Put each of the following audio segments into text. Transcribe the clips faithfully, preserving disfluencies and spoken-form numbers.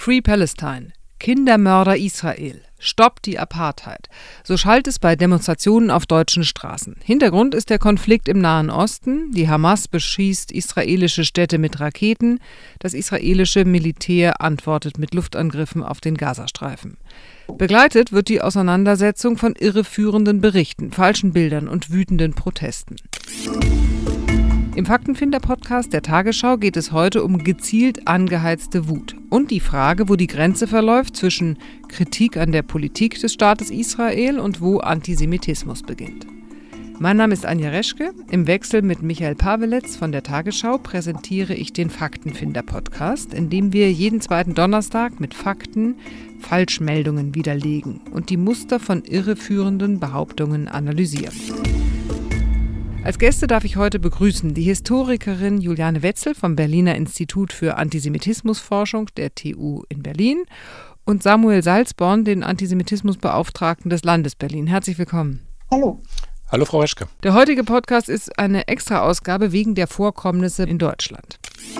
Free Palestine. Kindermörder Israel. Stopp die Apartheid. So schallt es bei Demonstrationen auf deutschen Straßen. Hintergrund ist der Konflikt im Nahen Osten. Die Hamas beschießt israelische Städte mit Raketen. Das israelische Militär antwortet mit Luftangriffen auf den Gazastreifen. Begleitet wird die Auseinandersetzung von irreführenden Berichten, falschen Bildern und wütenden Protesten. Im Faktenfinder-Podcast der Tagesschau geht es heute um gezielt angeheizte Wut und die Frage, wo die Grenze verläuft zwischen Kritik an der Politik des Staates Israel und wo Antisemitismus beginnt. Mein Name ist Anja Reschke. Im Wechsel mit Michael Paweletz von der Tagesschau präsentiere ich den Faktenfinder-Podcast, in dem wir jeden zweiten Donnerstag mit Fakten Falschmeldungen widerlegen und die Muster von irreführenden Behauptungen analysieren. Als Gäste darf ich heute begrüßen die Historikerin Juliane Wetzel vom Berliner Institut für Antisemitismusforschung der T U in Berlin und Samuel Salzborn, den Antisemitismusbeauftragten des Landes Berlin. Herzlich willkommen. Hallo. Hallo Frau Reschke. Der heutige Podcast ist eine Extra-Ausgabe wegen der Vorkommnisse in Deutschland.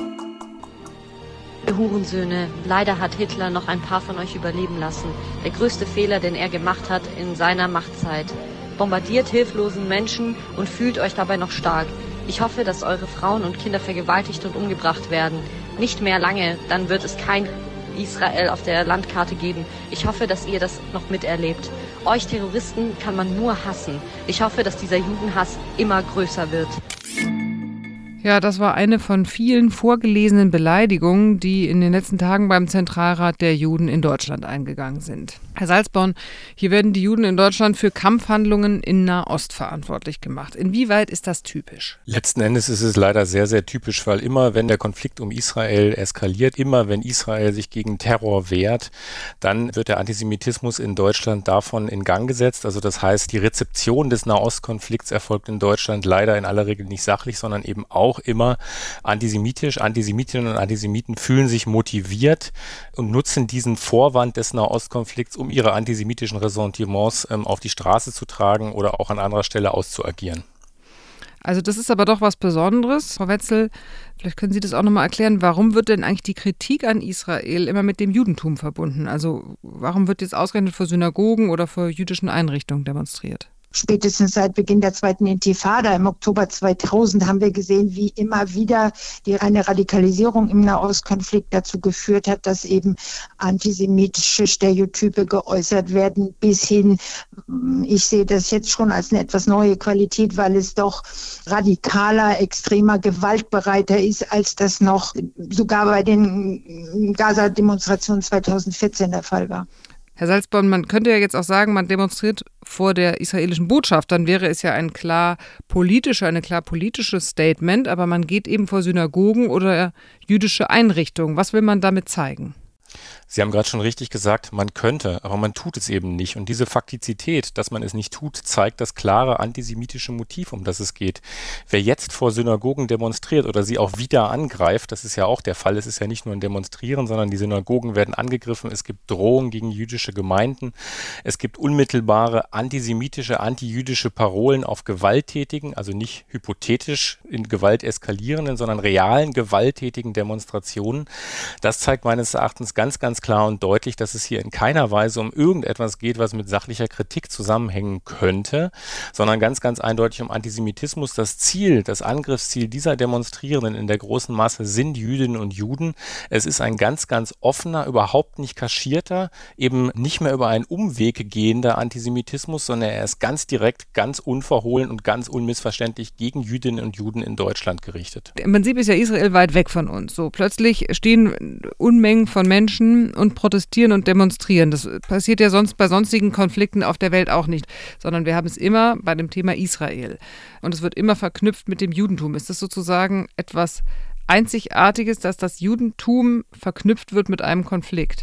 Hurensöhne, leider hat Hitler noch ein paar von euch überleben lassen. Der größte Fehler, den er gemacht hat in seiner Machtzeit. Bombardiert hilflosen Menschen und fühlt euch dabei noch stark. Ich hoffe, dass eure Frauen und Kinder vergewaltigt und umgebracht werden. Nicht mehr lange, dann wird es kein Israel auf der Landkarte geben. Ich hoffe, dass ihr das noch miterlebt. Euch Terroristen kann man nur hassen. Ich hoffe, dass dieser Judenhass immer größer wird. Ja, das war eine von vielen vorgelesenen Beleidigungen, die in den letzten Tagen beim Zentralrat der Juden in Deutschland eingegangen sind. Herr Salzborn, hier werden die Juden in Deutschland für Kampfhandlungen in Nahost verantwortlich gemacht. Inwieweit ist das typisch? Letzten Endes ist es leider sehr, sehr typisch, weil immer, wenn der Konflikt um Israel eskaliert, immer, wenn Israel sich gegen Terror wehrt, dann wird der Antisemitismus in Deutschland davon in Gang gesetzt. Also das heißt, die Rezeption des Nahostkonflikts erfolgt in Deutschland leider in aller Regel nicht sachlich, sondern eben auch immer antisemitisch. Antisemitinnen und Antisemiten fühlen sich motiviert und nutzen diesen Vorwand des Nahostkonflikts, um ihre antisemitischen Ressentiments ähm, auf die Straße zu tragen oder auch an anderer Stelle auszuagieren. Also das ist aber doch was Besonderes. Frau Wetzel, vielleicht können Sie das auch nochmal erklären, warum wird denn eigentlich die Kritik an Israel immer mit dem Judentum verbunden? Also warum wird jetzt ausgerechnet vor Synagogen oder vor jüdischen Einrichtungen demonstriert? Spätestens seit Beginn der zweiten Intifada im Oktober zweitausend haben wir gesehen, wie immer wieder die eine Radikalisierung im Nahostkonflikt dazu geführt hat, dass eben antisemitische Stereotype geäußert werden, bis hin, ich sehe das jetzt schon als eine etwas neue Qualität, weil es doch radikaler, extremer, gewaltbereiter ist, als das noch sogar bei den Gaza-Demonstrationen zweitausendvierzehn der Fall war. Herr Salzborn, man könnte ja jetzt auch sagen, man demonstriert vor der israelischen Botschaft, dann wäre es ja ein klar politischer, eine klar politisches Statement, aber man geht eben vor Synagogen oder jüdische Einrichtungen. Was will man damit zeigen? Sie haben gerade schon richtig gesagt, man könnte, aber man tut es eben nicht. Und diese Faktizität, dass man es nicht tut, zeigt das klare antisemitische Motiv, um das es geht. Wer jetzt vor Synagogen demonstriert oder sie auch wieder angreift, das ist ja auch der Fall, es ist ja nicht nur ein Demonstrieren, sondern die Synagogen werden angegriffen, es gibt Drohungen gegen jüdische Gemeinden, es gibt unmittelbare antisemitische, antijüdische Parolen auf gewalttätigen, also nicht hypothetisch in Gewalt eskalierenden, sondern realen gewalttätigen Demonstrationen. Das zeigt meines Erachtens ganz, ganz klar und deutlich, dass es hier in keiner Weise um irgendetwas geht, was mit sachlicher Kritik zusammenhängen könnte, sondern ganz, ganz eindeutig um Antisemitismus. Das Ziel, das Angriffsziel dieser Demonstrierenden in der großen Masse sind Jüdinnen und Juden. Es ist ein ganz, ganz offener, überhaupt nicht kaschierter, eben nicht mehr über einen Umweg gehender Antisemitismus, sondern er ist ganz direkt, ganz unverhohlen und ganz unmissverständlich gegen Jüdinnen und Juden in Deutschland gerichtet. Im Prinzip ist ja Israel weit weg von uns. So plötzlich stehen Unmengen von Menschen und protestieren und demonstrieren. Das passiert ja sonst bei sonstigen Konflikten auf der Welt auch nicht, sondern wir haben es immer bei dem Thema Israel. Und es wird immer verknüpft mit dem Judentum. Ist das sozusagen etwas Einzigartiges, dass das Judentum verknüpft wird mit einem Konflikt?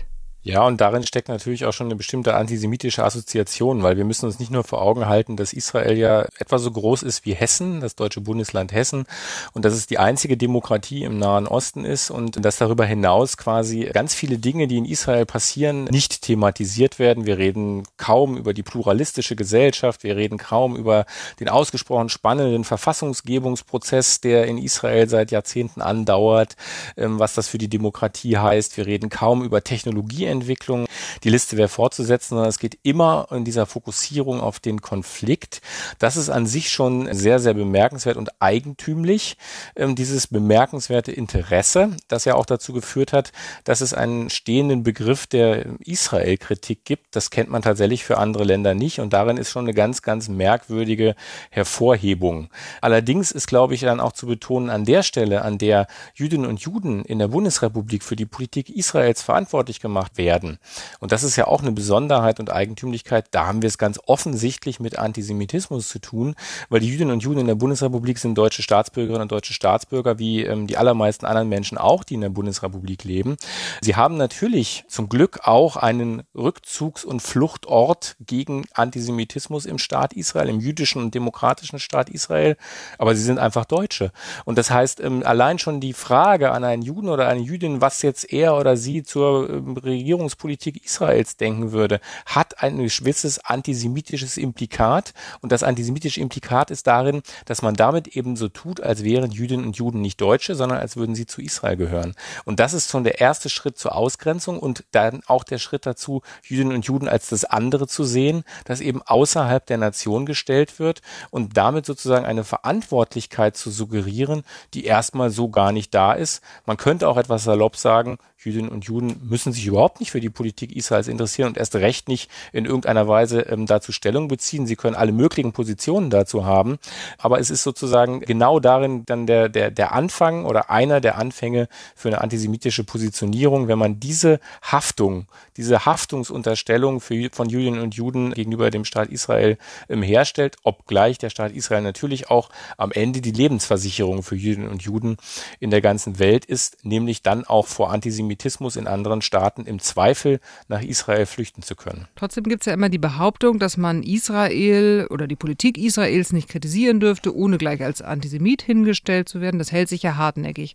Ja, und darin steckt natürlich auch schon eine bestimmte antisemitische Assoziation, weil wir müssen uns nicht nur vor Augen halten, dass Israel ja etwa so groß ist wie Hessen, das deutsche Bundesland Hessen, und dass es die einzige Demokratie im Nahen Osten ist und dass darüber hinaus quasi ganz viele Dinge, die in Israel passieren, nicht thematisiert werden. Wir reden kaum über die pluralistische Gesellschaft, wir reden kaum über den ausgesprochen spannenden Verfassungsgebungsprozess, der in Israel seit Jahrzehnten andauert, was das für die Demokratie heißt. Wir reden kaum über Technologie Entwicklung. Die Liste wäre fortzusetzen, sondern es geht immer in dieser Fokussierung auf den Konflikt. Das ist an sich schon sehr, sehr bemerkenswert und eigentümlich, ähm, dieses bemerkenswerte Interesse, das ja auch dazu geführt hat, dass es einen stehenden Begriff der Israel-Kritik gibt. Das kennt man tatsächlich für andere Länder nicht und darin ist schon eine ganz, ganz merkwürdige Hervorhebung. Allerdings ist, glaube ich, dann auch zu betonen, an der Stelle, an der Jüdinnen und Juden in der Bundesrepublik für die Politik Israels verantwortlich gemacht werden, werden. Und das ist ja auch eine Besonderheit und Eigentümlichkeit. Da haben wir es ganz offensichtlich mit Antisemitismus zu tun, weil die Jüdinnen und Juden in der Bundesrepublik sind deutsche Staatsbürgerinnen und deutsche Staatsbürger, wie ähm, die allermeisten anderen Menschen auch, die in der Bundesrepublik leben. Sie haben natürlich zum Glück auch einen Rückzugs- und Fluchtort gegen Antisemitismus im Staat Israel, im jüdischen und demokratischen Staat Israel, aber sie sind einfach Deutsche. Und das heißt, ähm, allein schon die Frage an einen Juden oder eine Jüdin, was jetzt er oder sie zur ähm, Regierungspolitik Israels denken würde, hat ein gewisses antisemitisches Implikat. Und das antisemitische Implikat ist darin, dass man damit eben so tut, als wären Jüdinnen und Juden nicht Deutsche, sondern als würden sie zu Israel gehören. Und das ist schon der erste Schritt zur Ausgrenzung und dann auch der Schritt dazu, Jüdinnen und Juden als das andere zu sehen, das eben außerhalb der Nation gestellt wird und damit sozusagen eine Verantwortlichkeit zu suggerieren, die erstmal so gar nicht da ist. Man könnte auch etwas salopp sagen, Jüdinnen und Juden müssen sich überhaupt nicht für die Politik Israels interessieren und erst recht nicht in irgendeiner Weise ähm, dazu Stellung beziehen. Sie können alle möglichen Positionen dazu haben, aber es ist sozusagen genau darin dann der, der, der Anfang oder einer der Anfänge für eine antisemitische Positionierung, wenn man diese Haftung, diese Haftungsunterstellung für, von Jüdinnen und Juden gegenüber dem Staat Israel ähm, herstellt, obgleich der Staat Israel natürlich auch am Ende die Lebensversicherung für Jüdinnen und Juden in der ganzen Welt ist, nämlich dann auch vor Antisemitismus in anderen Staaten im Zweifel nach Israel flüchten zu können. Trotzdem gibt es ja immer die Behauptung, dass man Israel oder die Politik Israels nicht kritisieren dürfte, ohne gleich als Antisemit hingestellt zu werden. Das hält sich ja hartnäckig.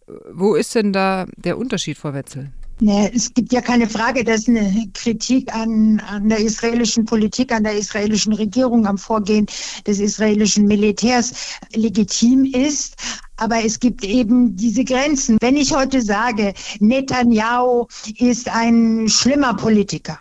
Wo ist denn da der Unterschied, Frau Wetzel? Nee, es gibt ja keine Frage, dass eine Kritik an, an der israelischen Politik, an der israelischen Regierung, am Vorgehen des israelischen Militärs legitim ist. Aber es gibt eben diese Grenzen. Wenn ich heute sage, Netanyahu ist ein schlimmer Politiker,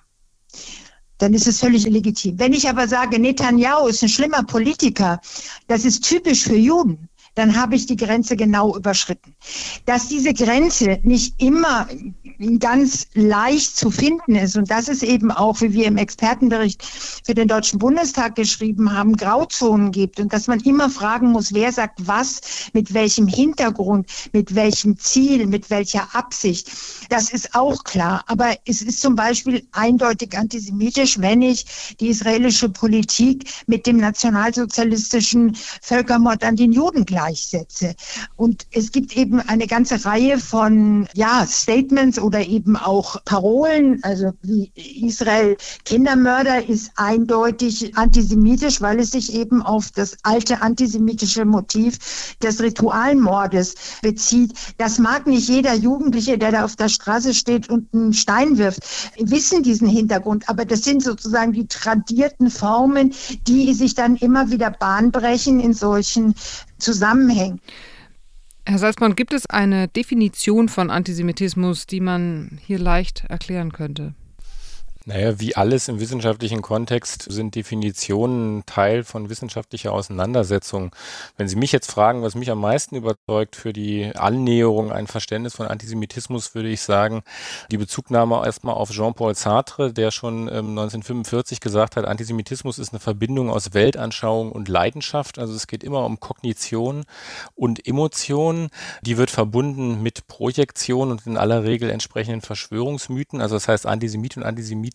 dann ist es völlig legitim. Wenn ich aber sage, Netanyahu ist ein schlimmer Politiker, das ist typisch für Juden, dann habe ich die Grenze genau überschritten. Dass diese Grenze nicht immer ganz leicht zu finden ist und dass es eben auch, wie wir im Expertenbericht für den Deutschen Bundestag geschrieben haben, Grauzonen gibt und dass man immer fragen muss, wer sagt was, mit welchem Hintergrund, mit welchem Ziel, mit welcher Absicht. Das ist auch klar. Aber es ist zum Beispiel eindeutig antisemitisch, wenn ich die israelische Politik mit dem nationalsozialistischen Völkermord an den Juden gleichsetze. Und es gibt eben eine ganze Reihe von ja, Statements oder eben auch Parolen, also wie Israel Kindermörder ist eindeutig antisemitisch, weil es sich eben auf das alte antisemitische Motiv des Ritualmordes bezieht. Das mag nicht jeder Jugendliche, der da auf der Straße steht und einen Stein wirft, wissen diesen Hintergrund, aber das sind sozusagen die tradierten Formen, die sich dann immer wieder Bahn brechen in solchen Zusammenhängen. Herr Salzborn, gibt es eine Definition von Antisemitismus, die man hier leicht erklären könnte? Naja, wie alles im wissenschaftlichen Kontext sind Definitionen Teil von wissenschaftlicher Auseinandersetzung. Wenn Sie mich jetzt fragen, was mich am meisten überzeugt für die Annäherung, ein Verständnis von Antisemitismus, würde ich sagen, die Bezugnahme erstmal auf Jean-Paul Sartre, der schon ähm, neunzehnhundertfünfundvierzig gesagt hat, Antisemitismus ist eine Verbindung aus Weltanschauung und Leidenschaft. Also es geht immer um Kognition und Emotion. Die wird verbunden mit Projektion und in aller Regel entsprechenden Verschwörungsmythen. Also das heißt, Antisemit und Antisemiten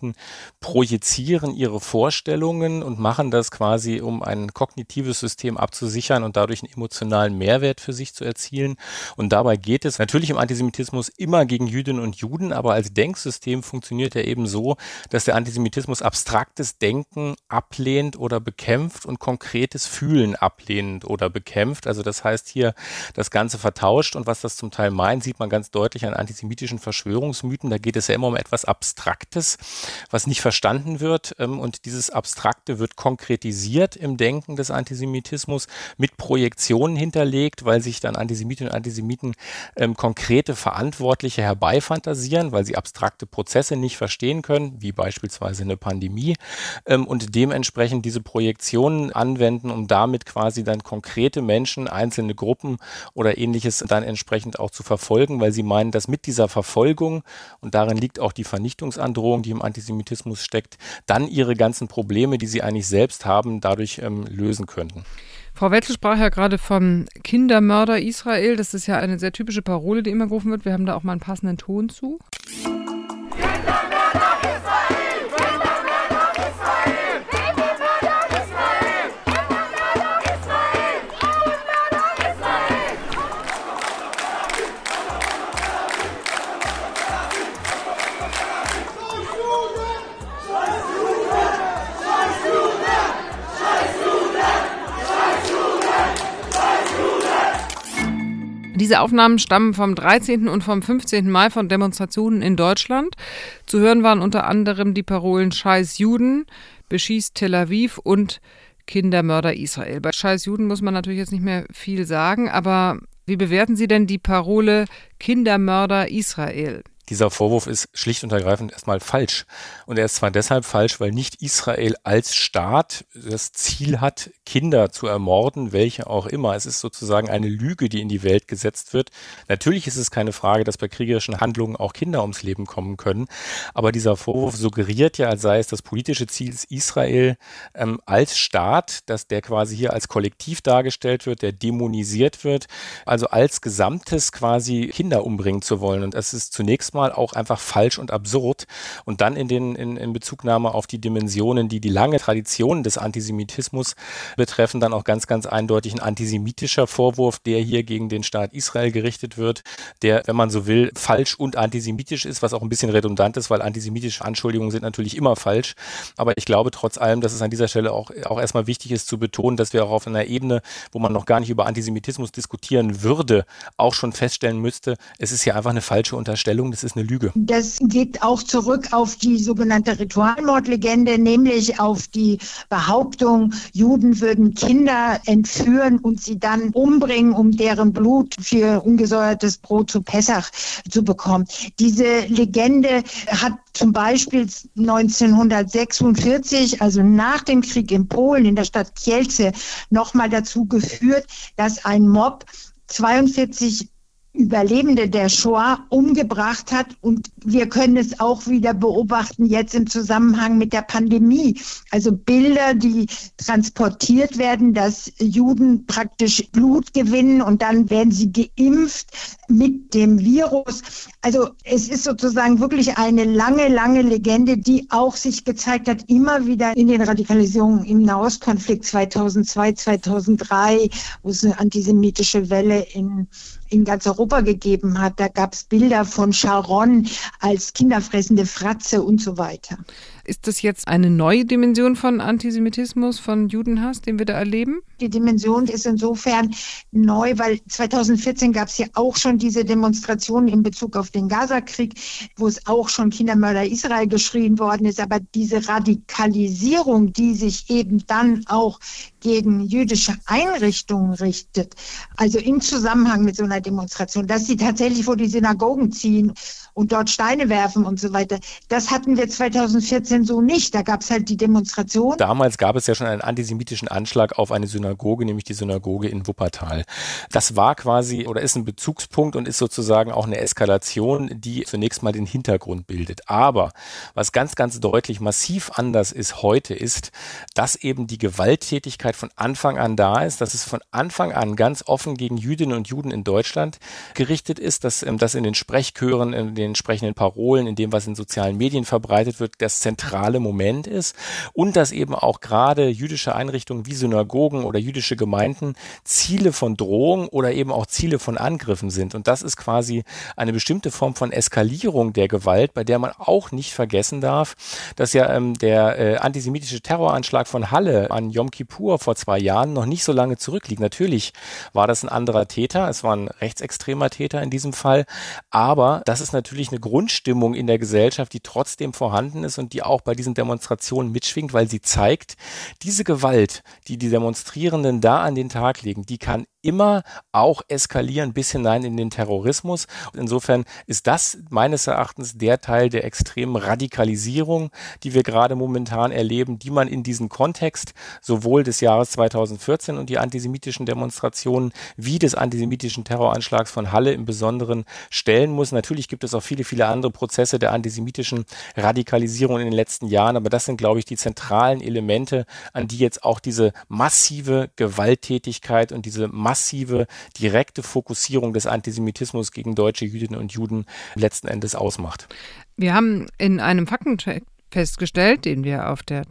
Antisemiten projizieren ihre Vorstellungen und machen das quasi, um ein kognitives System abzusichern und dadurch einen emotionalen Mehrwert für sich zu erzielen. Und dabei geht es natürlich im Antisemitismus immer gegen Jüdinnen und Juden, aber als Denksystem funktioniert er eben so, dass der Antisemitismus abstraktes Denken ablehnt oder bekämpft und konkretes Fühlen ablehnt oder bekämpft. Also das heißt hier das Ganze vertauscht, und was das zum Teil meint, sieht man ganz deutlich an antisemitischen Verschwörungsmythen. Da geht es ja immer um etwas Abstraktes, was nicht verstanden wird, und dieses Abstrakte wird konkretisiert im Denken des Antisemitismus, mit Projektionen hinterlegt, weil sich dann Antisemitinnen und Antisemiten ähm, konkrete Verantwortliche herbeifantasieren, weil sie abstrakte Prozesse nicht verstehen können, wie beispielsweise eine Pandemie, ähm, und dementsprechend diese Projektionen anwenden, um damit quasi dann konkrete Menschen, einzelne Gruppen oder ähnliches dann entsprechend auch zu verfolgen, weil sie meinen, dass mit dieser Verfolgung, und darin liegt auch die Vernichtungsandrohung, die im Antisemitismus steckt, dann ihre ganzen Probleme, die sie eigentlich selbst haben, dadurch ähm, lösen könnten. Frau Wetzel sprach ja gerade vom Kindermörder Israel. Das ist ja eine sehr typische Parole, die immer gerufen wird. Wir haben da auch mal einen passenden Ton zu. Diese Aufnahmen stammen vom dreizehnten und vom fünfzehnten Mai von Demonstrationen in Deutschland. Zu hören waren unter anderem die Parolen Scheiß Juden, beschießt Tel Aviv und Kindermörder Israel. Bei Scheiß Juden muss man natürlich jetzt nicht mehr viel sagen, aber wie bewerten Sie denn die Parole Kindermörder Israel? Dieser Vorwurf ist schlicht und ergreifend erstmal falsch. Und er ist zwar deshalb falsch, weil nicht Israel als Staat das Ziel hat, Kinder zu ermorden, welche auch immer. Es ist sozusagen eine Lüge, die in die Welt gesetzt wird. Natürlich ist es keine Frage, dass bei kriegerischen Handlungen auch Kinder ums Leben kommen können. Aber dieser Vorwurf suggeriert ja, als sei es das politische Ziel Israel ähm, als Staat, dass der quasi hier als Kollektiv dargestellt wird, der dämonisiert wird, also als Gesamtes quasi Kinder umbringen zu wollen. Und das ist zunächst mal auch einfach falsch und absurd, und dann in, den, in, in Bezugnahme auf die Dimensionen, die die lange Tradition des Antisemitismus betreffen, dann auch ganz, ganz eindeutig ein antisemitischer Vorwurf, der hier gegen den Staat Israel gerichtet wird, der, wenn man so will, falsch und antisemitisch ist, was auch ein bisschen redundant ist, weil antisemitische Anschuldigungen sind natürlich immer falsch. Aber ich glaube trotz allem, dass es an dieser Stelle auch, auch erstmal wichtig ist zu betonen, dass wir auch auf einer Ebene, wo man noch gar nicht über Antisemitismus diskutieren würde, auch schon feststellen müsste, es ist hier einfach eine falsche Unterstellung, das ist eine Lüge. Das geht auch zurück auf die sogenannte Ritualmordlegende, nämlich auf die Behauptung, Juden würden Kinder entführen und sie dann umbringen, um deren Blut für ungesäuertes Brot zu Pessach zu bekommen. Diese Legende hat zum Beispiel neunzehnhundertsechsundvierzig, also nach dem Krieg in Polen, in der Stadt Kielce, nochmal dazu geführt, dass ein Mob zweiundvierzig Überlebende der Shoah umgebracht hat, und wir können es auch wieder beobachten jetzt im Zusammenhang mit der Pandemie. Also Bilder, die transportiert werden, dass Juden praktisch Blut gewinnen und dann werden sie geimpft mit dem Virus. Also es ist sozusagen wirklich eine lange, lange Legende, die auch sich gezeigt hat, immer wieder in den Radikalisierungen im Nahostkonflikt zweitausendzwei, zweitausenddrei, wo es eine antisemitische Welle in in ganz Europa gegeben hat. Da gab es Bilder von Sharon als kinderfressende Fratze und so weiter. Ist das jetzt eine neue Dimension von Antisemitismus, von Judenhass, den wir da erleben? Die Dimension ist insofern neu, weil zweitausendvierzehn gab es ja auch schon diese Demonstrationen in Bezug auf den Gaza-Krieg, wo es auch schon Kindermörder Israel geschrien worden ist. Aber diese Radikalisierung, die sich eben dann auch gegen jüdische Einrichtungen richtet, also im Zusammenhang mit so einer Demonstration, dass sie tatsächlich vor die Synagogen ziehen und dort Steine werfen und so weiter, das hatten wir zweitausendvierzehn zweitausendvierzehn so nicht. Da gab es halt die Demonstration. Damals gab es ja schon einen antisemitischen Anschlag auf eine Synagoge, nämlich die Synagoge in Wuppertal. Das war quasi oder ist ein Bezugspunkt und ist sozusagen auch eine Eskalation, die zunächst mal den Hintergrund bildet. Aber was ganz, ganz deutlich massiv anders ist heute, ist, dass eben die Gewalttätigkeit von Anfang an da ist, dass es von Anfang an ganz offen gegen Jüdinnen und Juden in Deutschland gerichtet ist, dass das in den Sprechchören, in den entsprechenden Parolen, in dem, was in sozialen Medien verbreitet wird, das zentrale Moment ist und dass eben auch gerade jüdische Einrichtungen wie Synagogen oder jüdische Gemeinden Ziele von Drohung oder eben auch Ziele von Angriffen sind. Und das ist quasi eine bestimmte Form von Eskalierung der Gewalt, bei der man auch nicht vergessen darf, dass ja ähm, der äh, antisemitische Terroranschlag von Halle an Yom Kippur vor zwei Jahren noch nicht so lange zurückliegt. Natürlich war das ein anderer Täter, es war ein rechtsextremer Täter in diesem Fall, aber das ist natürlich eine Grundstimmung in der Gesellschaft, die trotzdem vorhanden ist und die auch bei diesen Demonstrationen mitschwingt, weil sie zeigt, diese Gewalt, die die Demonstrierenden da an den Tag legen, die kann immer auch eskalieren bis hinein in den Terrorismus. Insofern ist das meines Erachtens der Teil der extremen Radikalisierung, die wir gerade momentan erleben, die man in diesen Kontext sowohl des Jahres zweitausendvierzehn und die antisemitischen Demonstrationen wie des antisemitischen Terroranschlags von Halle im Besonderen stellen muss. Natürlich gibt es auch viele, viele andere Prozesse der antisemitischen Radikalisierung in den letzten Jahren, aber das sind, glaube ich, die zentralen Elemente, an die jetzt auch diese massive Gewalttätigkeit und diese massive direkte Fokussierung des Antisemitismus gegen deutsche Jüdinnen und Juden letzten Endes ausmacht. Wir haben in einem Faktencheck festgestellt, den wir auf der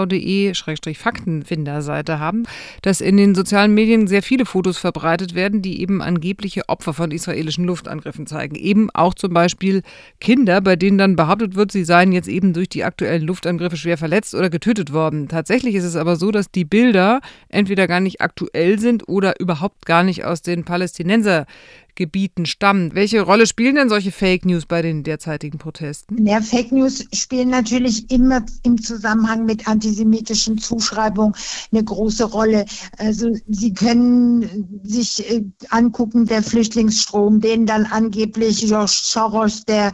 tagesschau.de-Faktenfinder-Seite haben, dass in den sozialen Medien sehr viele Fotos verbreitet werden, die eben angebliche Opfer von israelischen Luftangriffen zeigen. Eben auch zum Beispiel Kinder, bei denen dann behauptet wird, sie seien jetzt eben durch die aktuellen Luftangriffe schwer verletzt oder getötet worden. Tatsächlich ist es aber so, dass die Bilder entweder gar nicht aktuell sind oder überhaupt gar nicht aus den Palästinenser Gebieten stammen. Welche Rolle spielen denn solche Fake News bei den derzeitigen Protesten? Ja, Fake News spielen natürlich immer im Zusammenhang mit antisemitischen Zuschreibungen eine große Rolle. Also sie können sich äh, angucken, der Flüchtlingsstrom, den dann angeblich George Soros, der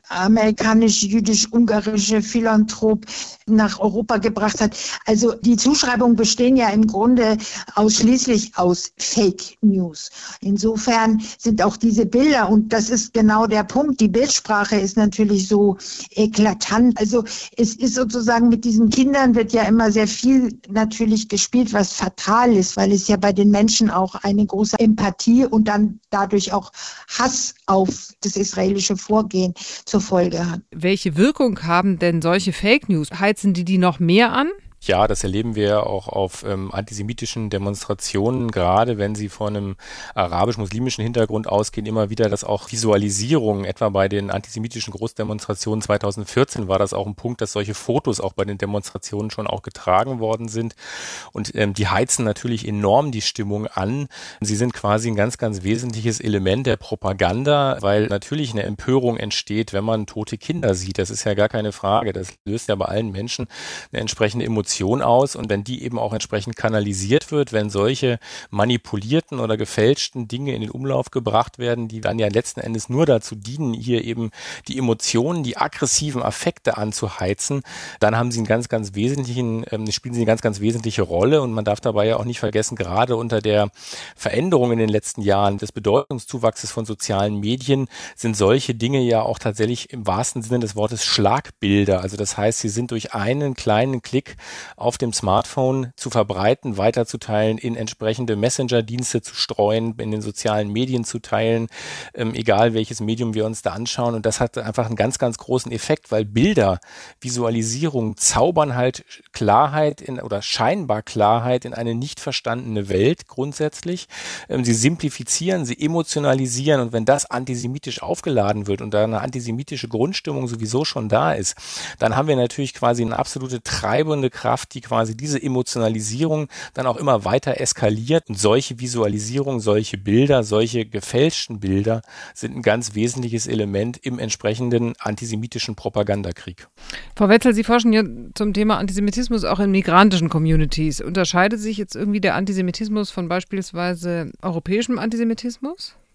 amerikanisch-jüdisch-ungarische Philanthrop, nach Europa gebracht hat. Also die Zuschreibungen bestehen ja im Grunde ausschließlich aus Fake News. Insofern sind auch diese Bilder, und das ist genau der Punkt, die Bildsprache ist natürlich so eklatant. Also es ist sozusagen, mit diesen Kindern wird ja immer sehr viel natürlich gespielt, was fatal ist, weil es ja bei den Menschen auch eine große Empathie und dann dadurch auch Hass auf das israelische Vorgehen zur Folge hat. Welche Wirkung haben denn solche Fake News? Heizen die die noch mehr an? Ja, das erleben wir ja auch auf ähm, antisemitischen Demonstrationen, gerade wenn sie von einem arabisch-muslimischen Hintergrund ausgehen, immer wieder, dass auch Visualisierungen, etwa bei den antisemitischen Großdemonstrationen zweitausendvierzehn war das auch ein Punkt, dass solche Fotos auch bei den Demonstrationen schon auch getragen worden sind. Und ähm, die heizen natürlich enorm die Stimmung an. Sie sind quasi ein ganz, ganz wesentliches Element der Propaganda, weil natürlich eine Empörung entsteht, wenn man tote Kinder sieht. Das ist ja gar keine Frage. Das löst ja bei allen Menschen eine entsprechende Emotion aus, und wenn die eben auch entsprechend kanalisiert wird, wenn solche manipulierten oder gefälschten Dinge in den Umlauf gebracht werden, die dann ja letzten Endes nur dazu dienen, hier eben die Emotionen, die aggressiven Affekte anzuheizen, dann haben sie einen ganz, ganz wesentlichen, ähm, spielen sie eine ganz, ganz wesentliche Rolle, und man darf dabei ja auch nicht vergessen, gerade unter der Veränderung in den letzten Jahren des Bedeutungszuwachses von sozialen Medien sind solche Dinge ja auch tatsächlich im wahrsten Sinne des Wortes Schlagbilder. Also das heißt, sie sind durch einen kleinen Klick auf dem Smartphone zu verbreiten, weiterzuteilen, in entsprechende Messenger-Dienste zu streuen, in den sozialen Medien zu teilen, ähm, egal welches Medium wir uns da anschauen. Und das hat einfach einen ganz, ganz großen Effekt, weil Bilder, Visualisierung zaubern halt Klarheit in, oder scheinbar Klarheit in eine nicht verstandene Welt grundsätzlich. Ähm, sie simplifizieren, sie emotionalisieren, und wenn das antisemitisch aufgeladen wird und da eine antisemitische Grundstimmung sowieso schon da ist, dann haben wir natürlich quasi eine absolute treibende Kraft, die quasi diese Emotionalisierung dann auch immer weiter eskaliert. Und solche Visualisierungen, solche Bilder, solche gefälschten Bilder sind ein ganz wesentliches Element im entsprechenden antisemitischen Propagandakrieg. Frau Wetzel, Sie forschen ja zum Thema Antisemitismus auch in migrantischen Communities. Unterscheidet sich jetzt irgendwie der Antisemitismus von beispielsweise europäischem Antisemitismus?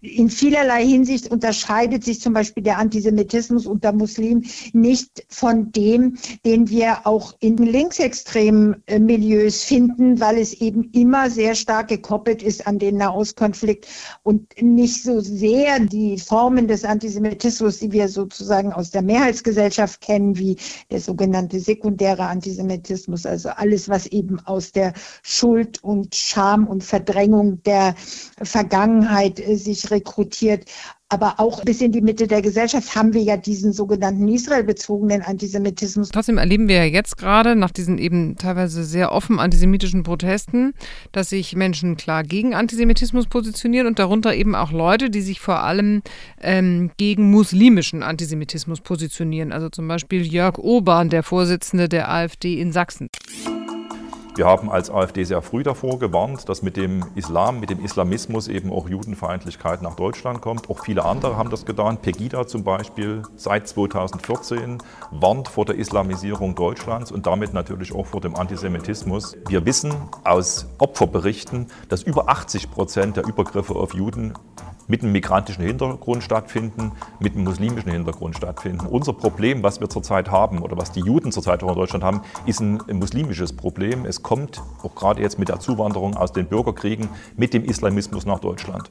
in vielerlei Hinsicht unterscheidet sich zum Beispiel der Antisemitismus unter Muslimen nicht von dem, den wir auch in linksextremen Milieus finden, weil es eben immer sehr stark gekoppelt ist an den Nahostkonflikt und nicht so sehr die Formen des Antisemitismus, die wir sozusagen aus der Mehrheitsgesellschaft kennen, wie der sogenannte sekundäre Antisemitismus, also alles, was eben aus der Schuld und Scham und Verdrängung der Vergangenheit sich rekrutiert. Aber auch bis in die Mitte der Gesellschaft haben wir ja diesen sogenannten israelbezogenen Antisemitismus. Trotzdem erleben wir ja jetzt gerade nach diesen eben teilweise sehr offen antisemitischen Protesten, dass sich Menschen klar gegen Antisemitismus positionieren und darunter eben auch Leute, die sich vor allem ähm, gegen muslimischen Antisemitismus positionieren. Also zum Beispiel Jörg Urban, der Vorsitzende der AfD in Sachsen. Wir haben als AfD sehr früh davor gewarnt, dass mit dem Islam, mit dem Islamismus eben auch Judenfeindlichkeit nach Deutschland kommt. Auch viele andere haben das getan. Pegida zum Beispiel seit zweitausendvierzehn warnt vor der Islamisierung Deutschlands und damit natürlich auch vor dem Antisemitismus. Wir wissen aus Opferberichten, dass über achtzig Prozent der Übergriffe auf Juden mit einem migrantischen Hintergrund stattfinden, mit einem muslimischen Hintergrund stattfinden. Unser Problem, was wir zurzeit haben oder was die Juden zurzeit auch in Deutschland haben, ist ein muslimisches Problem. Es kommt auch gerade jetzt mit der Zuwanderung aus den Bürgerkriegen mit dem Islamismus nach Deutschland.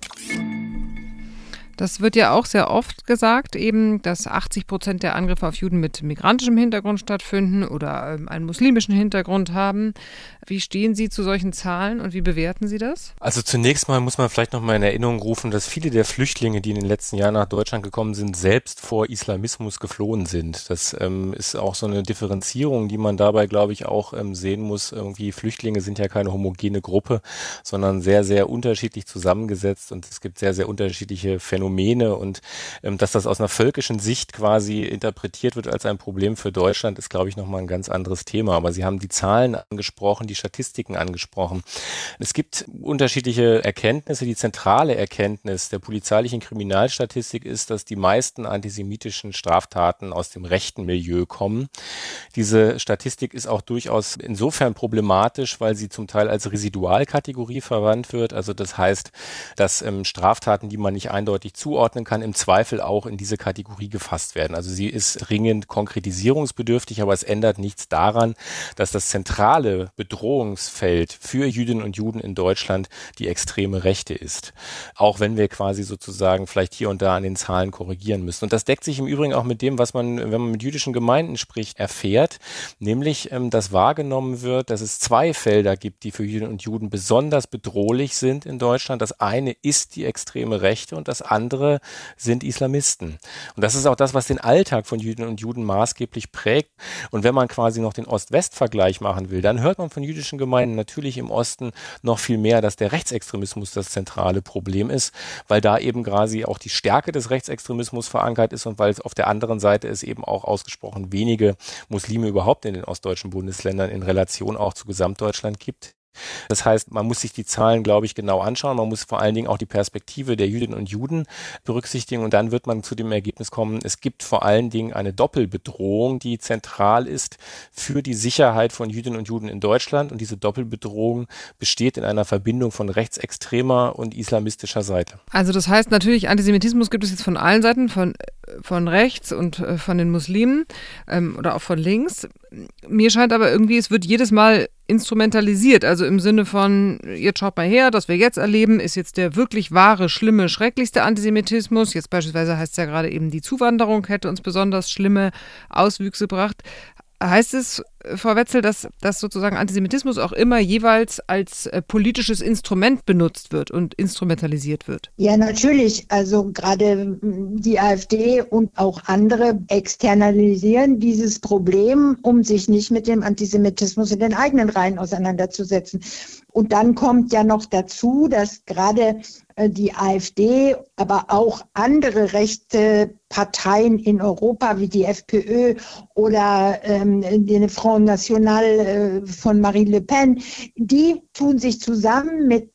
Das wird ja auch sehr oft gesagt, eben, dass achtzig Prozent der Angriffe auf Juden mit migrantischem Hintergrund stattfinden oder ähm, einen muslimischen Hintergrund haben. Wie stehen Sie zu solchen Zahlen und wie bewerten Sie das? Also zunächst mal muss man vielleicht noch mal in Erinnerung rufen, dass viele der Flüchtlinge, die in den letzten Jahren nach Deutschland gekommen sind, selbst vor Islamismus geflohen sind. Das ähm, ist auch so eine Differenzierung, die man dabei, glaube ich, auch ähm, sehen muss. Irgendwie Flüchtlinge sind ja keine homogene Gruppe, sondern sehr, sehr unterschiedlich zusammengesetzt und es gibt sehr, sehr unterschiedliche Phänomene. Und ähm, dass das aus einer völkischen Sicht quasi interpretiert wird als ein Problem für Deutschland, ist, glaube ich, nochmal ein ganz anderes Thema. Aber Sie haben die Zahlen angesprochen, die Statistiken angesprochen. Es gibt unterschiedliche Erkenntnisse. Die zentrale Erkenntnis der polizeilichen Kriminalstatistik ist, dass die meisten antisemitischen Straftaten aus dem rechten Milieu kommen. Diese Statistik ist auch durchaus insofern problematisch, weil sie zum Teil als Residualkategorie verwandt wird. Also das heißt, dass ähm, Straftaten, die man nicht eindeutig zuordnen kann, im Zweifel auch in diese Kategorie gefasst werden. Also sie ist dringend konkretisierungsbedürftig, aber es ändert nichts daran, dass das zentrale Bedrohungsfeld für Jüdinnen und Juden in Deutschland die extreme Rechte ist. Auch wenn wir quasi sozusagen vielleicht hier und da an den Zahlen korrigieren müssen. Und das deckt sich im Übrigen auch mit dem, was man, wenn man mit jüdischen Gemeinden spricht, erfährt, nämlich, dass wahrgenommen wird, dass es zwei Felder gibt, die für Jüdinnen und Juden besonders bedrohlich sind in Deutschland. Das eine ist die extreme Rechte und das andere Andere sind Islamisten. Und das ist auch das, was den Alltag von Jüdinnen und Juden maßgeblich prägt. Und wenn man quasi noch den Ost-West-Vergleich machen will, dann hört man von jüdischen Gemeinden natürlich im Osten noch viel mehr, dass der Rechtsextremismus das zentrale Problem ist, weil da eben quasi auch die Stärke des Rechtsextremismus verankert ist und weil es auf der anderen Seite es eben auch ausgesprochen wenige Muslime überhaupt in den ostdeutschen Bundesländern in Relation auch zu Gesamtdeutschland gibt. Das heißt, man muss sich die Zahlen, glaube ich, genau anschauen. Man muss vor allen Dingen auch die Perspektive der Jüdinnen und Juden berücksichtigen und dann wird man zu dem Ergebnis kommen, es gibt vor allen Dingen eine Doppelbedrohung, die zentral ist für die Sicherheit von Jüdinnen und Juden in Deutschland und diese Doppelbedrohung besteht in einer Verbindung von rechtsextremer und islamistischer Seite. Also das heißt natürlich, Antisemitismus gibt es jetzt von allen Seiten, von, von rechts und von den Muslimen ähm, oder auch von links. Mir scheint aber irgendwie, es wird jedes Mal instrumentalisiert, also im Sinne von, jetzt schaut mal her, das wir jetzt erleben, ist jetzt der wirklich wahre, schlimme, schrecklichste Antisemitismus. Jetzt beispielsweise heißt es ja gerade eben, die Zuwanderung hätte uns besonders schlimme Auswüchse gebracht. Heißt es, Frau Wetzel, dass, dass sozusagen Antisemitismus auch immer jeweils als äh, politisches Instrument benutzt wird und instrumentalisiert wird? Ja, natürlich. Also gerade die AfD und auch andere externalisieren dieses Problem, um sich nicht mit dem Antisemitismus in den eigenen Reihen auseinanderzusetzen. Und dann kommt ja noch dazu, dass gerade die AfD, aber auch andere rechte Parteien in Europa wie die FPÖ oder ähm, den Front National äh, von Marine Le Pen, die tun sich zusammen mit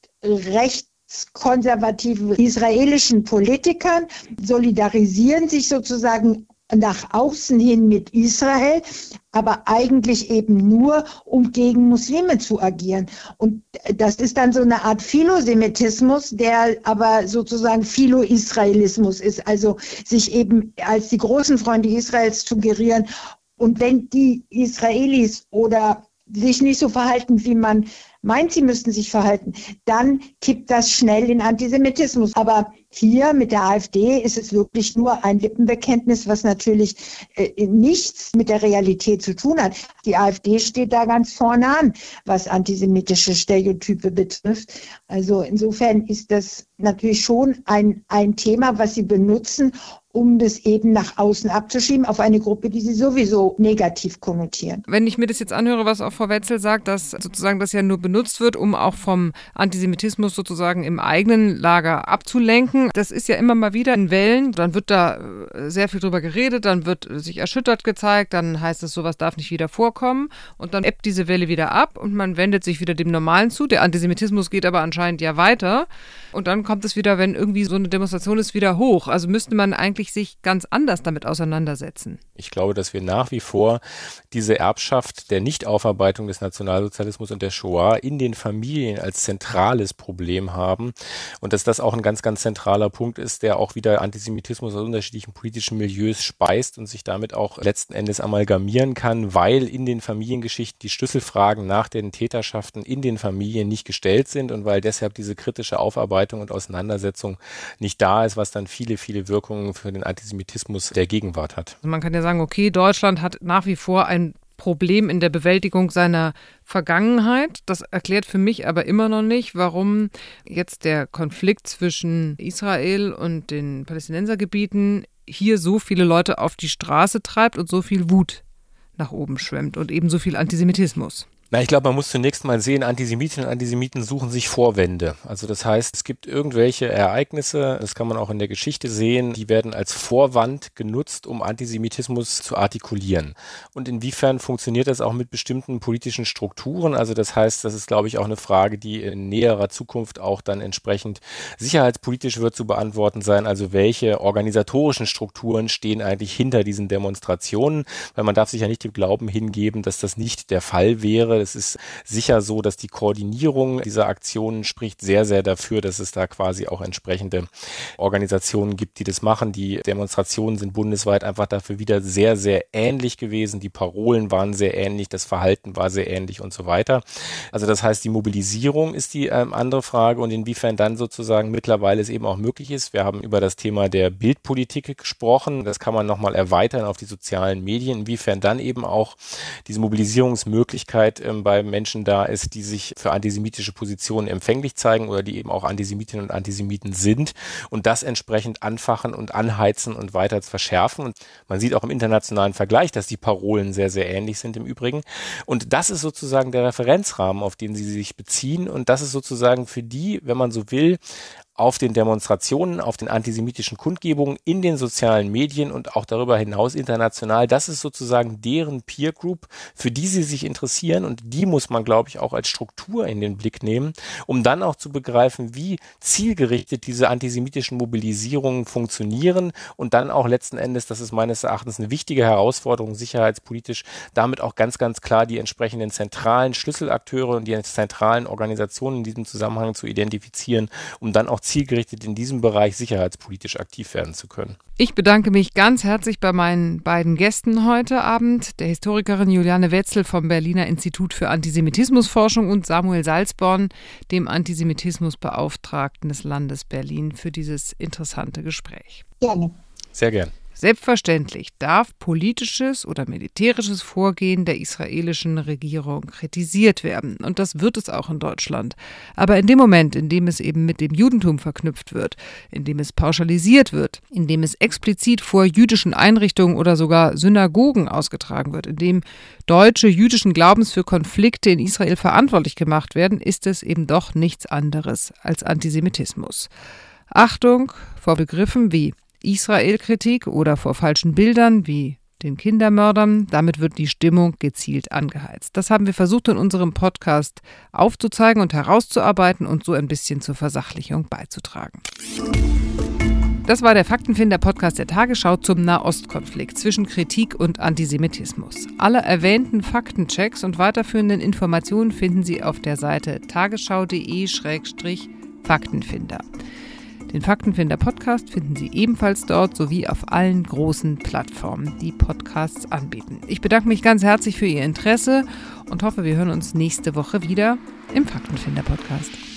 rechtskonservativen israelischen Politikern, solidarisieren sich sozusagen nach außen hin mit Israel, aber eigentlich eben nur, um gegen Muslime zu agieren. Und das ist dann so eine Art Philosemitismus, der aber sozusagen Philo-Israelismus ist, also sich eben als die großen Freunde Israels suggerieren. Und wenn die Israelis oder sich nicht so verhalten, wie man meint, sie müssten sich verhalten, dann kippt das schnell in Antisemitismus. Aber hier mit der AfD ist es wirklich nur ein Lippenbekenntnis, was natürlich äh, nichts mit der Realität zu tun hat. Die AfD steht da ganz vorne an, was antisemitische Stereotype betrifft. Also insofern ist das natürlich schon ein, ein Thema, was sie benutzen, um das eben nach außen abzuschieben auf eine Gruppe, die sie sowieso negativ konnotieren. Wenn ich mir das jetzt anhöre, was auch Frau Wetzel sagt, dass sozusagen das ja nur benutzt wird, um auch vom Antisemitismus sozusagen im eigenen Lager abzulenken, das ist ja immer mal wieder in Wellen, dann wird da sehr viel drüber geredet, dann wird sich erschüttert gezeigt, dann heißt es, sowas darf nicht wieder vorkommen und dann ebbt diese Welle wieder ab und man wendet sich wieder dem Normalen zu. Der Antisemitismus geht aber anscheinend ja weiter und dann kommt es wieder, wenn irgendwie so eine Demonstration ist, wieder hoch. Also müsste man eigentlich sich ganz anders damit auseinandersetzen. Ich glaube, dass wir nach wie vor diese Erbschaft der Nichtaufarbeitung des Nationalsozialismus und der Shoah in den Familien als zentrales Problem haben und dass das auch ein ganz, ganz zentraler Punkt ist, der auch wieder Antisemitismus aus unterschiedlichen politischen Milieus speist und sich damit auch letzten Endes amalgamieren kann, weil in den Familiengeschichten die Schlüsselfragen nach den Täterschaften in den Familien nicht gestellt sind und weil deshalb diese kritische Aufarbeitung und Auseinandersetzung nicht da ist, was dann viele, viele Wirkungen für den Antisemitismus der Gegenwart hat. Also man kann ja sagen, okay, Deutschland hat nach wie vor ein Problem in der Bewältigung seiner Vergangenheit. Das erklärt für mich aber immer noch nicht, warum jetzt der Konflikt zwischen Israel und den Palästinensergebieten hier so viele Leute auf die Straße treibt und so viel Wut nach oben schwemmt und eben so viel Antisemitismus. Na, ich glaube, man muss zunächst mal sehen, Antisemitinnen und Antisemiten suchen sich Vorwände. Also das heißt, es gibt irgendwelche Ereignisse, das kann man auch in der Geschichte sehen, die werden als Vorwand genutzt, um Antisemitismus zu artikulieren. Und inwiefern funktioniert das auch mit bestimmten politischen Strukturen? Also das heißt, das ist, glaube ich, auch eine Frage, die in näherer Zukunft auch dann entsprechend sicherheitspolitisch wird zu beantworten sein. Also welche organisatorischen Strukturen stehen eigentlich hinter diesen Demonstrationen? Weil man darf sich ja nicht dem Glauben hingeben, dass das nicht der Fall wäre. Es ist sicher so, dass die Koordinierung dieser Aktionen spricht sehr, sehr dafür, dass es da quasi auch entsprechende Organisationen gibt, die das machen. Die Demonstrationen sind bundesweit einfach dafür wieder sehr, sehr ähnlich gewesen. Die Parolen waren sehr ähnlich, das Verhalten war sehr ähnlich und so weiter. Also das heißt, die Mobilisierung ist die ähm, andere Frage und inwiefern dann sozusagen mittlerweile es eben auch möglich ist. Wir haben über das Thema der Bildpolitik gesprochen. Das kann man nochmal erweitern auf die sozialen Medien. Inwiefern dann eben auch diese Mobilisierungsmöglichkeit äh, bei Menschen da ist, die sich für antisemitische Positionen empfänglich zeigen oder die eben auch Antisemitinnen und Antisemiten sind und das entsprechend anfachen und anheizen und weiter verschärfen. Und man sieht auch im internationalen Vergleich, dass die Parolen sehr, sehr ähnlich sind im Übrigen. Und das ist sozusagen der Referenzrahmen, auf den sie sich beziehen. Und das ist sozusagen für die, wenn man so will, auf den Demonstrationen, auf den antisemitischen Kundgebungen, in den sozialen Medien und auch darüber hinaus international. Das ist sozusagen deren Peer Group, für die sie sich interessieren und die muss man, glaube ich, auch als Struktur in den Blick nehmen, um dann auch zu begreifen, wie zielgerichtet diese antisemitischen Mobilisierungen funktionieren und dann auch letzten Endes, das ist meines Erachtens eine wichtige Herausforderung, sicherheitspolitisch, damit auch ganz, ganz klar die entsprechenden zentralen Schlüsselakteure und die zentralen Organisationen in diesem Zusammenhang zu identifizieren, um dann auch zielgerichtet in diesem Bereich sicherheitspolitisch aktiv werden zu können. Ich bedanke mich ganz herzlich bei meinen beiden Gästen heute Abend, der Historikerin Juliane Wetzel vom Berliner Institut für Antisemitismusforschung und Samuel Salzborn, dem Antisemitismusbeauftragten des Landes Berlin, für dieses interessante Gespräch. Gerne. Sehr gern. Selbstverständlich darf politisches oder militärisches Vorgehen der israelischen Regierung kritisiert werden. Und das wird es auch in Deutschland. Aber in dem Moment, in dem es eben mit dem Judentum verknüpft wird, in dem es pauschalisiert wird, in dem es explizit vor jüdischen Einrichtungen oder sogar Synagogen ausgetragen wird, in dem Deutsche jüdischen Glaubens für Konflikte in Israel verantwortlich gemacht werden, ist es eben doch nichts anderes als Antisemitismus. Achtung vor Begriffen wie Israel-Kritik oder vor falschen Bildern wie den Kindermördern. Damit wird die Stimmung gezielt angeheizt. Das haben wir versucht in unserem Podcast aufzuzeigen und herauszuarbeiten und so ein bisschen zur Versachlichung beizutragen. Das war der Faktenfinder-Podcast der Tagesschau zum Nahostkonflikt zwischen Kritik und Antisemitismus. Alle erwähnten Faktenchecks und weiterführenden Informationen finden Sie auf der Seite tagesschau.de Schrägstrich Faktenfinder. Den Faktenfinder-Podcast finden Sie ebenfalls dort sowie auf allen großen Plattformen, die Podcasts anbieten. Ich bedanke mich ganz herzlich für Ihr Interesse und hoffe, wir hören uns nächste Woche wieder im Faktenfinder-Podcast.